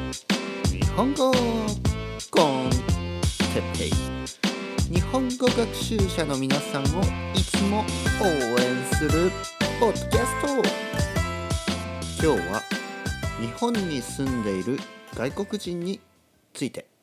日本語コンテッペイ、日本語学習者の皆さんをいつも応援するポッドキャスト。今日は日本に住んでいる外国人について。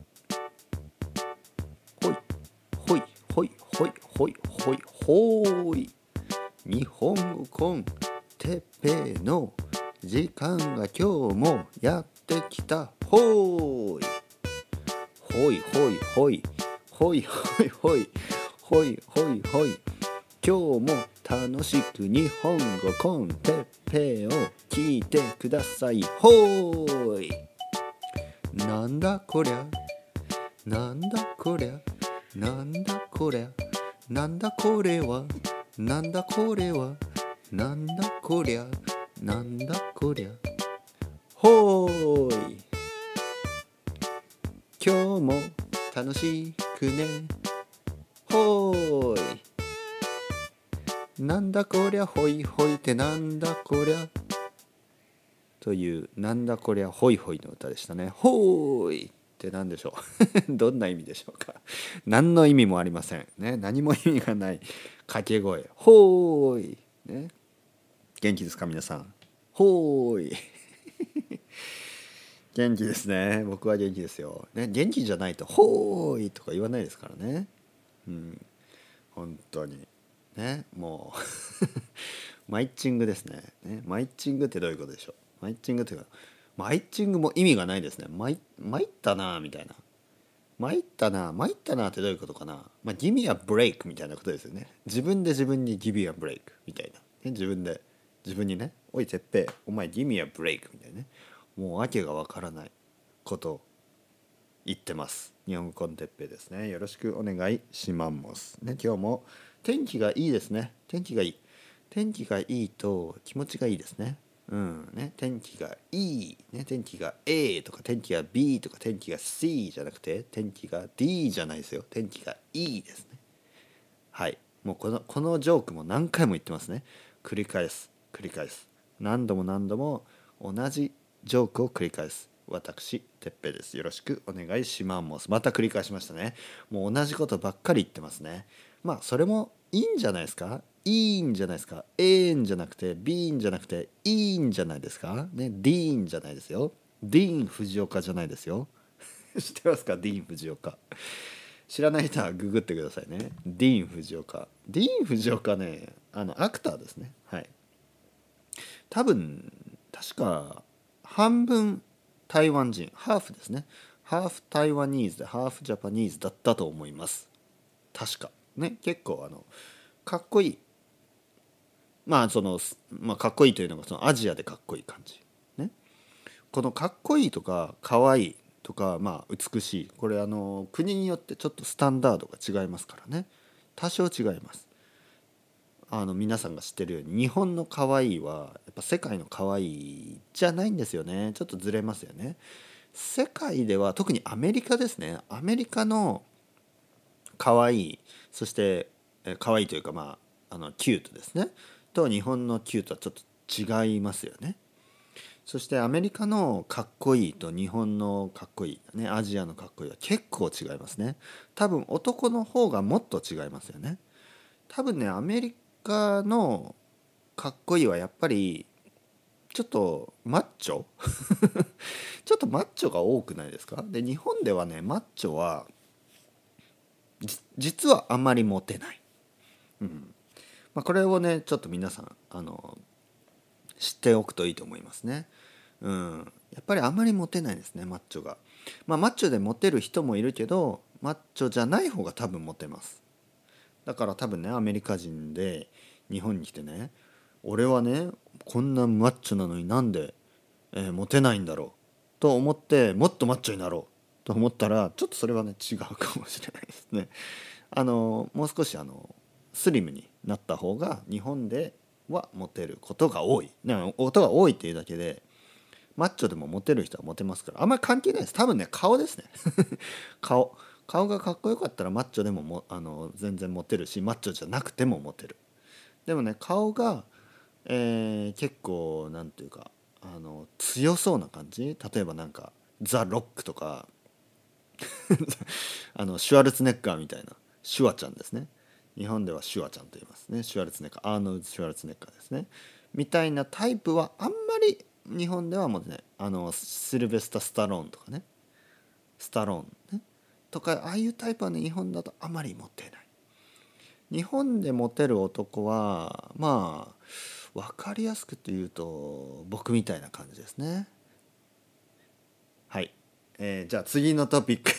ほいほいほいほいほいほい、日本語コンテッペイの時間が今日もやってきた。ほいほいほいほいほいほいほいほいほいほい、今日も楽しく日本語コンテッペイを聞いてください。ほい、なんだこりゃなんだこりゃなんだこりゃなんだこれはなんだこれはなんだこりゃなんだこりゃ。ほーい、今日も楽しくね。ほーい、なんだこりゃほいほいってなんだこりゃというなんだこりゃほいほいの歌でしたね。ほーいって何でしょうどんな意味でしょうか。何の意味もありませんね。何も意味がない掛け声。ほーい、ね、元気ですか皆さん。ほーい元気ですね。僕は元気ですよ、ね、元気じゃないとほーいとか言わないですからね。本当にね、もうマイッチングですね。マイッチングってどういうことでしょう。マイッチングっていうか、マイッチングも意味がないですね。参ったなみたいな。参ったなってどういうことかな。give me a break みたいなことですよね。自分で自分に give me a break みたいな、ね、自分で自分にね、おいてっぺいお前 give me a break みたいなね、もう訳がわからないことを言ってます。日本語コンテッペイですね。よろしくお願いしますね。今日も天気がいいですね。天気がいいと気持ちがいいですね。天気がいい、ね、天気が A とか天気が B とか天気が C じゃなくて天気が D じゃないですよ。天気がいいですね。はい、もうこのジョークも何回も言ってますね。繰り返す何度も同じジョークを繰り返す私てっぺいです。よろしくお願いします。また繰り返しましたね。もう同じことばっかり言ってますね。それもいいんじゃないですか。いいんじゃないですか。A んじゃなくて B んじゃなくていいんじゃないですかね。D んじゃないですよ。ディーン・フジオカじゃないですよ知ってますか。ディーン・フジオカ。知らない人はググってくださいね。ディーン・フジオカね、アクターですね。はい、多分確か半分台湾人、ハーフですね。ハーフ台湾ニーズでハーフジャパニーズだったと思います。確かね。結構かっこいい。かっこいいというのがそのアジアでかっこいい感じね。このかっこいいとかかわいいとか、美しい、これ国によってちょっとスタンダードが違いますからね。多少違います。皆さんが知ってるように日本の可愛いはやっぱ世界の可愛いじゃないんですよね。ちょっとずれますよね。世界では特にアメリカですね。アメリカの可愛い、そして可愛いというかキュートですねと日本のキュートはちょっと違いますよね。そしてアメリカのかっこいいと日本のかっこいい、ね、アジアのかっこいいは結構違いますね。多分男の方がもっと違いますよね。多分ね、アメリカのかっこいいはやっぱりちょっとマッチョちょっとマッチョが多くないですか。で日本ではね、マッチョは実はあんまりモテない、これをねちょっと皆さん知っておくといいと思いますね。やっぱりあんまりモテないですね、マッチョが。マッチョでモテる人もいるけどマッチョじゃない方が多分モテます。だから多分ね、アメリカ人で日本に来てね、俺はねこんなマッチョなのになんで、モテないんだろうと思ってもっとマッチョになろうと思ったらちょっとそれはね違うかもしれないですね。もう少しスリムになった方が日本ではモテることが多い。ことが多いっていうだけでマッチョでもモテる人はモテますから、あんまり関係ないです。多分ね、顔ですね顔がかっこよかったらマッチョでも全然モテるし、マッチョじゃなくてもモテる。でもね、顔が、結構なんていうか強そうな感じ。例えばなんかザ・ロックとかシュワルツェネッガーみたいな、シュワちゃんですね。日本ではシュワちゃんと言いますね。シュワルツェネッガー、アーノルド・シュワルツェネッガーですね。みたいなタイプはあんまり日本ではもうね、シルベスタ・スタローンとかね、スタローンねとか、ああいうタイプはね、日本だとあまり持っていない。日本でモテる男はまあ分かりやすくと言うと僕みたいな感じですね。はい、じゃあ次のトピック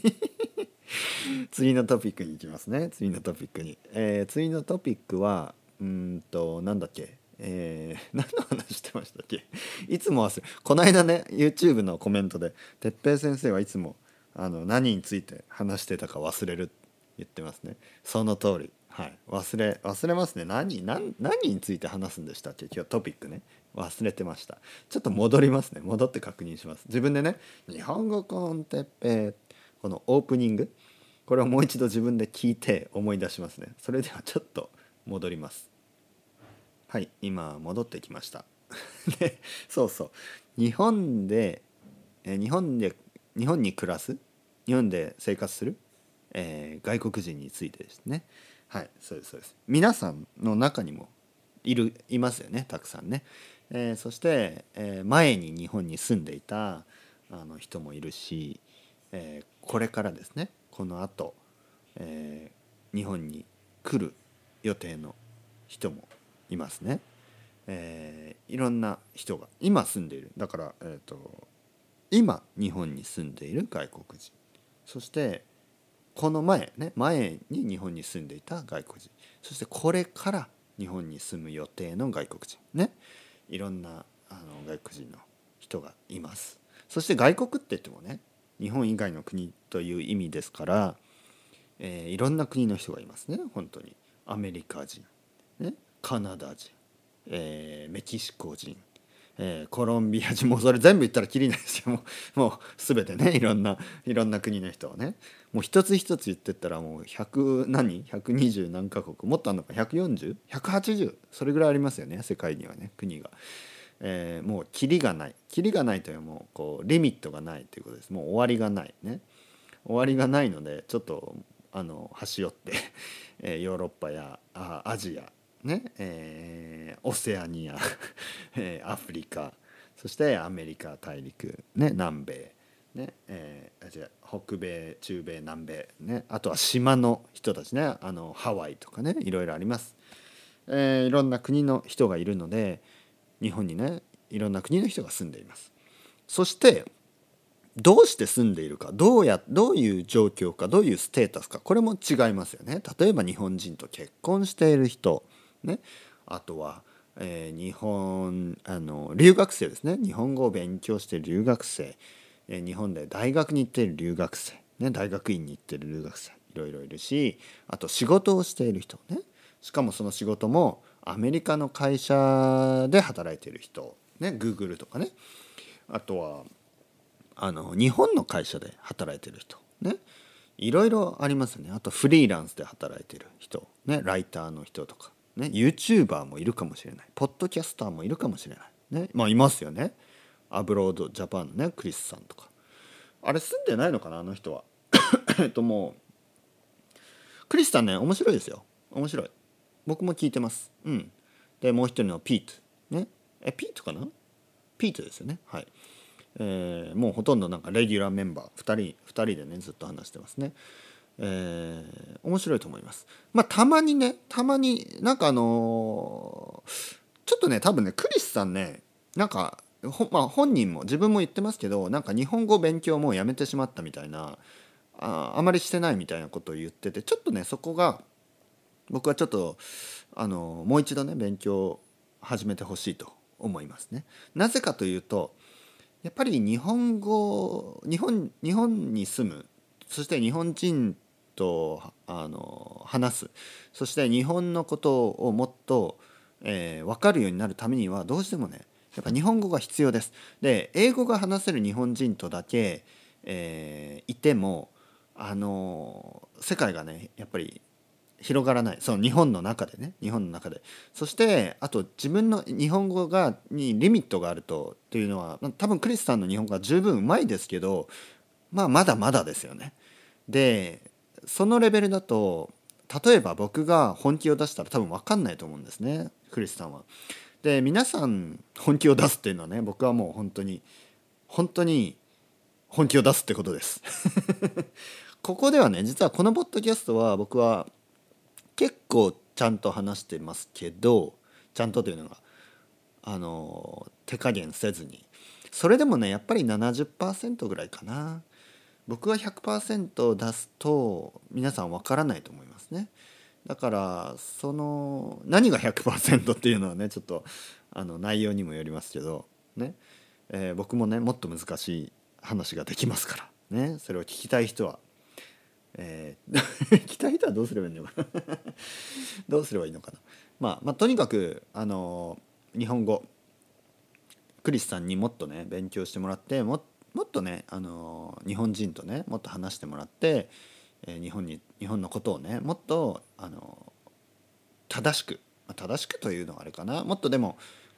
次のトピックに行きますね。次のトピックに、次のトピックはなんだっけ、何の話してましたっけいつも忘れ、この間ね YouTube のコメントで哲平先生はいつも何について話してたか忘れるって言ってますね。その通り、はい、忘れますね。何について話すんでしたっけ今日トピックね。忘れてました。ちょっと戻りますね。戻って確認します。自分でね、日本語コンテッペ、このオープニング、これをもう一度自分で聞いて思い出しますね。それではちょっと戻ります。はい、今戻ってきました。で、そうそう。日本で、日本に暮らす、日本で生活する、外国人についてですね。はい、そうですそうです。皆さんの中にもいますよね、たくさんね。そして、前に日本に住んでいた人もいるし、これからですね、この後、日本に来る予定の人もいますね。いろんな人が今住んでいる、だから、今日本に住んでいる外国人、そしてこの前に日本に住んでいた外国人、そしてこれから日本に住む予定の外国人ね、いろんな外国人の人がいます。そして外国って言ってもね、日本以外の国という意味ですから、いろんな国の人がいますね。本当にアメリカ人、ね、カナダ人、メキシコ人、コロンビア人、もうそれ全部言ったらきりないですよ。もう全てね、いろんな国の人をね、もう一つ一つ言ってったらもう120何カ国、もっとあるのか、140、180、それぐらいありますよね、世界にはね、国が。もうキリがないという、もうこうリミットがないということです。もう終わりがないね。終わりがないので、ちょっと端折ってヨーロッパやアジアね、オセアニアアフリカ、そしてアメリカ大陸ね、南米ね、北米、中米、南米ね、あとは島の人たちね、ハワイとかね、いろいろあります。いろんな国の人がいるので、日本にね、いろんな国の人が住んでいます。そしてどうして住んでいるか、どういう状況か、どういうステータスか、これも違いますよね。例えば日本人と結婚している人ね、あとは、日本留学生ですね。日本語を勉強している留学生、日本で大学に行っている留学生ね、大学院に行っている留学生、いろいろいるし、あと仕事をしている人ね、しかもその仕事もアメリカの会社で働いている人ね、Google とかね、あとは日本の会社で働いてる人ね、いろいろありますよね。あとフリーランスで働いてる人ね、ライターの人とかね、YouTuber もいるかもしれない、ポッドキャスターもいるかもしれないね、まあいますよね。アブロードジャパンのねクリスさんとか、あれ住んでないのかな、あの人はもうクリスさんね、面白いですよ。面白い。僕も聞いてます。うん。でもう一人のピートね、ピートかな、ピートですよね。はい。もうほとんどなんかレギュラーメンバー2人でねずっと話してますね。面白いと思います。まあたまになんかちょっとね、多分ねクリスさんね、なんかまあ本人も自分も言ってますけど、なんか日本語勉強もうやめてしまったみたいな、あまりしてないみたいなことを言ってて、ちょっとねそこが僕はちょっともう一度ね勉強を始めてほしいと思いますね。なぜかというと、やっぱり日本に住む、そして日本人と話す、そして日本のことをもっと、分かるようになるためにはどうしてもね、やっぱ日本語が必要です。で、英語が話せる日本人とだけ、いても世界がねやっぱり広がらない。その日本の中でね、日本の中で。そしてあと自分の日本語にリミットがあるとっていうのは、多分クリスさんの日本語は十分うまいですけど、まだまだですよね。でそのレベルだと、例えば僕が本気を出したら多分分かんないと思うんですね、クリスさんは。で皆さん本気を出すっていうのはね、僕はもう本当に本当に本気を出すってことですここではね、実はこのポッドキャストは僕は結構ちゃんと話してますけど、ちゃんとというのが手加減せずに、それでもねやっぱり 70% ぐらいかな。僕が 100% 出すと皆さんわからないと思いますね。だからその何が 100% っていうのはね、ちょっと内容にもよりますけどね、僕もねもっと難しい話ができますからね。それを聞きたい人は、聞きたい人はどうすればいいのかなどうすればいいのかな。とにかく日本語クリスさんにもっとね勉強してもらって、もっとね日本人とねもっと話してもらって、日本のことをねもっと正しくというのはあれかな、もっとでも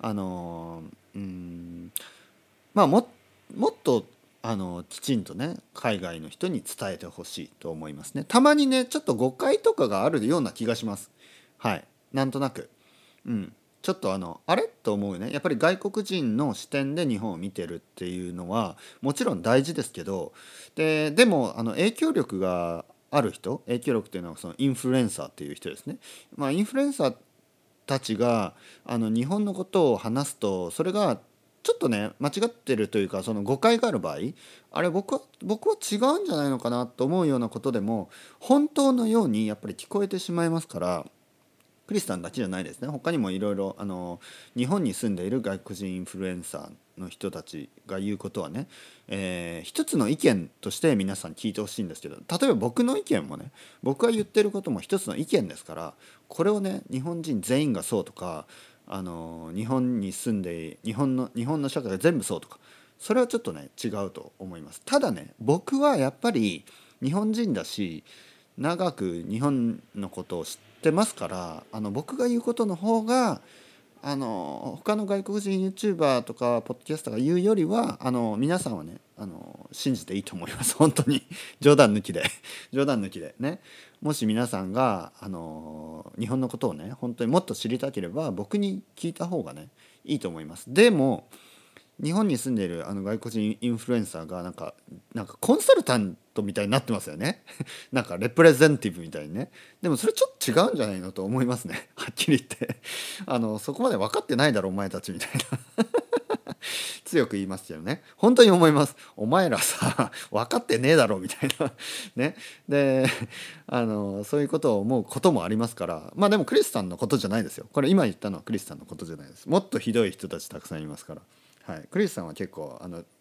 もっときちんとね海外の人に伝えてほしいと思いますね。たまにねちょっと誤解とかがあるような気がします。はい、なんとなく、ちょっとあれと思うね。やっぱり外国人の視点で日本を見てるっていうのはもちろん大事ですけど、でも影響力がある人、影響力っていうのはそのインフルエンサーっていう人ですね。インフルエンサーたちが日本のことを話すと、それがちょっとね間違ってるというか、その誤解がある場合、あれ僕は違うんじゃないのかなと思うようなことでも本当のようにやっぱり聞こえてしまいますから。クリスさんだけじゃないですね。他にもいろいろ日本に住んでいる外国人インフルエンサーの人たちが言うことはね、一つの意見として皆さん聞いてほしいんですけど、例えば僕の意見もね、僕が言ってることも一つの意見ですから、これをね日本人全員がそうとか、日本に住んで日本の社会が全部そうとか、それはちょっとね違うと思います。ただね、僕はやっぱり日本人だし、長く日本のことを知ってますから、僕が言うことの方が他の外国人 YouTuber とかポッドキャスターが言うよりは皆さんはね信じていいと思います。本当に冗談抜きで冗談抜きでね。もし皆さんが日本のことをね本当にもっと知りたければ僕に聞いた方がねいいと思います。でも日本に住んでいる外国人インフルエンサーがなんかコンサルタントみたいになってますよねなんかレプレゼンティブみたいにね。でもそれちょっと違うんじゃないのと思いますね、はっきり言ってそこまで分かってないだろお前たちみたいな強く言いますよね。本当に思います。お前らさ分かってねえだろみたいなね。でそういうことを思うこともありますから。でもクリスさんのことじゃないですよ。これ今言ったのはクリスさんのことじゃないです。もっとひどい人たちたくさんいますから。はい、クリスさんは結構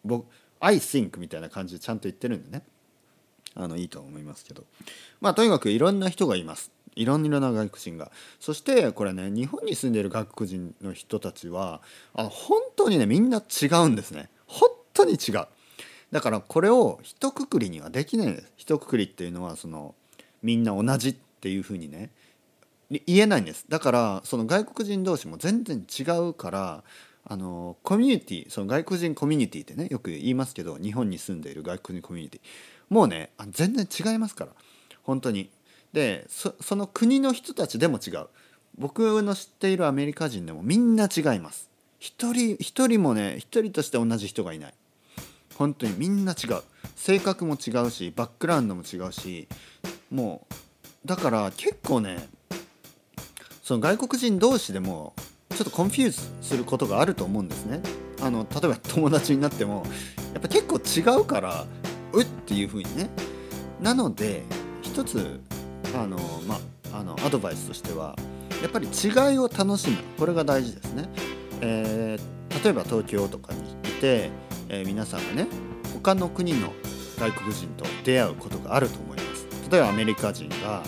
I think みたいな感じでちゃんと言ってるんでね、いいと思いますけど、とにかくいろんな人がいます。いろんな外国人が。そしてこれね、日本に住んでいる外国人の人たちは本当にねみんな違うんですね。本当に違う。だからこれを一括りにはできないんです。一括りっていうのはみんな同じっていうふうにね言えないんです。だからその外国人同士も全然違うから、コミュニティ、その外国人コミュニティってねよく言いますけど、日本に住んでいる外国人コミュニティもうね全然違いますから本当に。でその国の人たちでも違う。僕の知っているアメリカ人でもみんな違います。一人もね一人として同じ人がいない。本当にみんな違う。性格も違うしバックグラウンドも違うし、もうだから結構ねその外国人同士でもちょっとコンフューズすることがあると思うんですね。例えば友達になってもやっぱ結構違うからっていう風にね。なので一つアドバイスとしてはやっぱり違いを楽しむ、これが大事ですね。例えば東京とかにいて、皆さんがね他の国の外国人と出会うことがあると思います。例えばアメリカ人が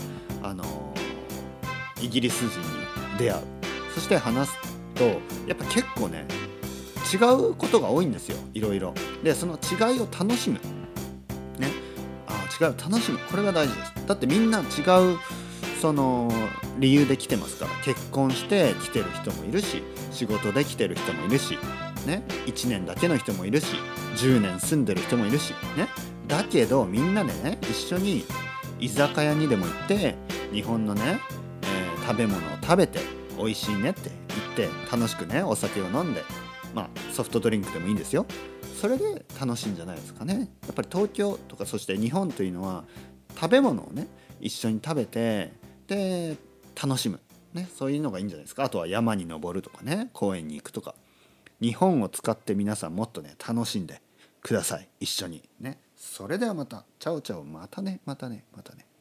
イギリス人に出会う。そして話すとやっぱ結構ね違うことが多いんですよ、いろいろ。でその違いを楽しむ違いを楽しむ、これが大事です。だってみんな違うその理由で来てますから。結婚して来てる人もいるし、仕事で来てる人もいるし、ね、1年だけの人もいるし、10年住んでる人もいるしね。だけどみんなでね、一緒に居酒屋にでも行って日本のね、食べ物を食べて美味しいねって言って楽しくねお酒を飲んで、ソフトドリンクでもいいんですよ。それで楽しいんじゃないですかね。やっぱり東京とかそして日本というのは食べ物をね一緒に食べてで楽しむ、ね、そういうのがいいんじゃないですか。あとは山に登るとかね、公園に行くとか、日本を使って皆さんもっとね楽しんでください、一緒にね。それではまたチャオチャオ、またねまたねまたね。